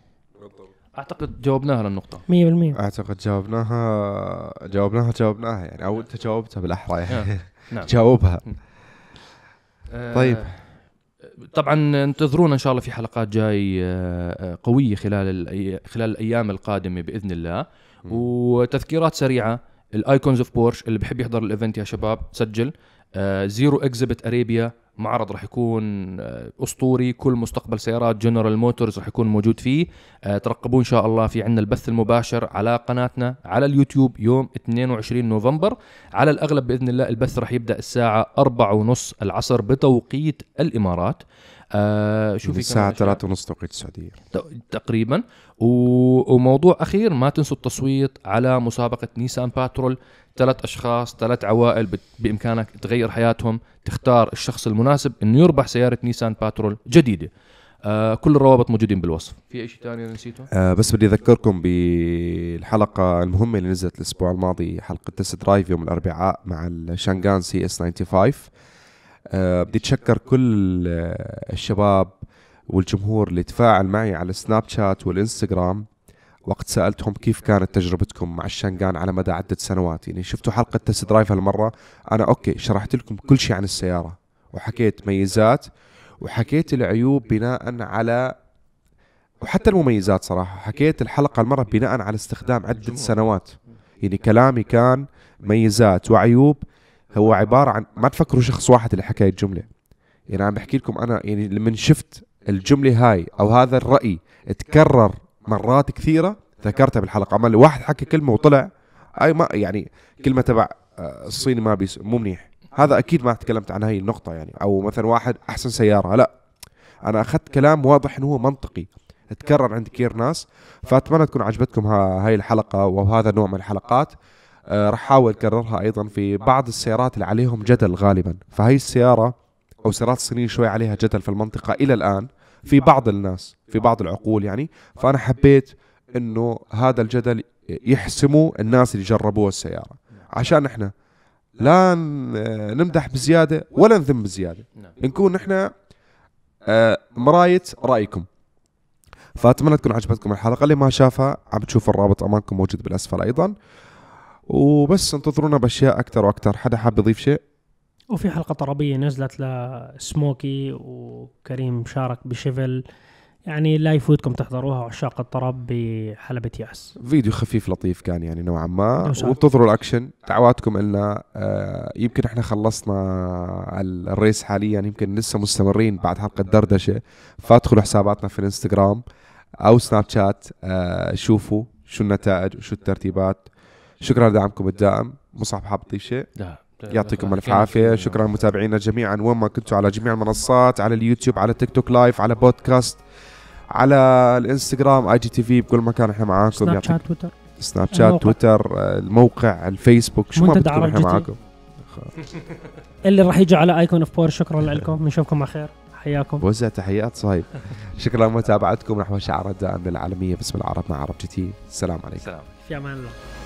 أعتقد جاوبناها للنقطة مية بالمية. أعتقد جاوبناها جاوبناها جاوبناها يعني، أو أنت جاوبتها بالأحرى يعني. نعم. جاوبها. طيب طبعا انتظرونا ان شاء الله في حلقات جاي قويه خلال خلال الايام القادمه باذن الله. م. وتذكيرات سريعه، الايكونز اوف بورش اللي بحب يحضر الايفنت يا شباب سجل. زيرو اكزيبت اريبيا، معرض راح يكون اسطوري، كل مستقبل سيارات جنرال موتورز راح يكون موجود فيه. ترقبوا ان شاء الله، في عندنا البث المباشر على قناتنا على اليوتيوب يوم اثنين وعشرين نوفمبر، على الاغلب باذن الله البث راح يبدا الساعه أربعة ونص العصر بتوقيت الامارات. آه شو في الساعة ثلاثة ونص توقيت السعودية تقريبا. وموضوع أخير، ما تنسوا التصويت على مسابقة نيسان باترول. ثلاث أشخاص، ثلاث عوائل بإمكانك تغير حياتهم، تختار الشخص المناسب إنه يربح سيارة نيسان باترول جديدة. آه كل الروابط موجودين بالوصف. في أي شيء تاني نسيته؟ آه بس بدي أذكركم بالحلقة المهمة اللي نزلت الأسبوع الماضي، حلقة تست درايف يوم الأربعاء مع الشانغان سي اس خمسة وتسعين. أه بدي أتشكر كل الشباب والجمهور اللي تفاعل معي على السناب شات والإنستغرام وقت سألتهم كيف كانت تجربتكم مع الشانغان على مدى عدة سنوات. يعني شفتوا حلقة تست درايف هالمرة، أنا أوكي شرحت لكم كل شيء عن السيارة، وحكيت ميزات وحكيت العيوب بناء على، وحتى المميزات صراحة حكيت الحلقة المرة بناء على استخدام عدة سنوات. يعني كلامي كان ميزات وعيوب، هو عبارة عن، ما تفكروا شخص واحد اللي حكى الجملة. يعني عم بحكي لكم أنا، يعني لمن شفت الجملة هاي أو هذا الرأي تكرر مرات كثيرة ذكرتها بالحلقة. عمل واحد حكي كلمة وطلع أي ما يعني كلمة تبع الصيني ما بيس مو منيح، هذا أكيد ما تكلمت عن هاي النقطة. يعني أو مثلا واحد أحسن سيارة، لا، أنا أخذت كلام واضح إنه هو منطقي تكرر عند كثير ناس. فأتمنى تكون عجبتكم هاي الحلقة وهذا النوع من الحلقات. أه رح حاول أكررها أيضا في بعض السيارات اللي عليهم جدل غالبا. فهي السيارة أو سيارات الصينية شوي عليها جدل في المنطقة إلى الآن في بعض الناس، في بعض العقول يعني. فأنا حبيت إنه هذا الجدل يحسموا الناس اللي جربوا السيارة، عشان إحنا لا نمدح بزيادة ولا نذم بزيادة، نكون إحنا أه مراية رأيكم. فأتمنى تكون عجبتكم الحلقة. اللي ما شافها عم تشوف الرابط أمامكم موجود بالأسفل أيضا. وبس انتظرونا بأشياء أكثر وأكثر. حدا حاب يضيف شيء؟ وفي حلقة طربية نزلت لسموكي وكريم شارك بشيفل، يعني لا يفوتكم تحضروها عشاق الطرب بحلبة ياس. فيديو خفيف لطيف كان يعني نوعا ما. وانتظروا الأكشن. دعواتكم إلنا. آه يمكن احنا خلصنا الريس حاليا، يمكن لسه مستمرين بعد حلقة دردشة. فادخلوا حساباتنا في الانستغرام أو سناب شات، آه شوفوا شو النتائج وشو الترتيبات. شكرا لدعمكم الدائم. مصعب حاب تضيف شيء؟ لا. يعطيكم الف عافيه. شكرا لمتابعينا جميعا وين ما كنتوا، على جميع المنصات، على اليوتيوب، على تيك توك لايف، على بودكاست، على الانستغرام، اي جي تي في، بكل مكان احنا معاكم. سناب شات، تويتر، سناب شات، تويتر، الموقع، الفيسبوك، شو ما بدكم احنا معاكم. اللي راح يجي على ايكون اوف بور. شكرا لكم، نشوفكم على خير. حياكم. وزع تحيات صايب. شكرا لمتابعتكم. نحو شعار الدائم للعالميه باسم العرب مع عرب جي تي. السلام عليكم. سلام. في امان الله.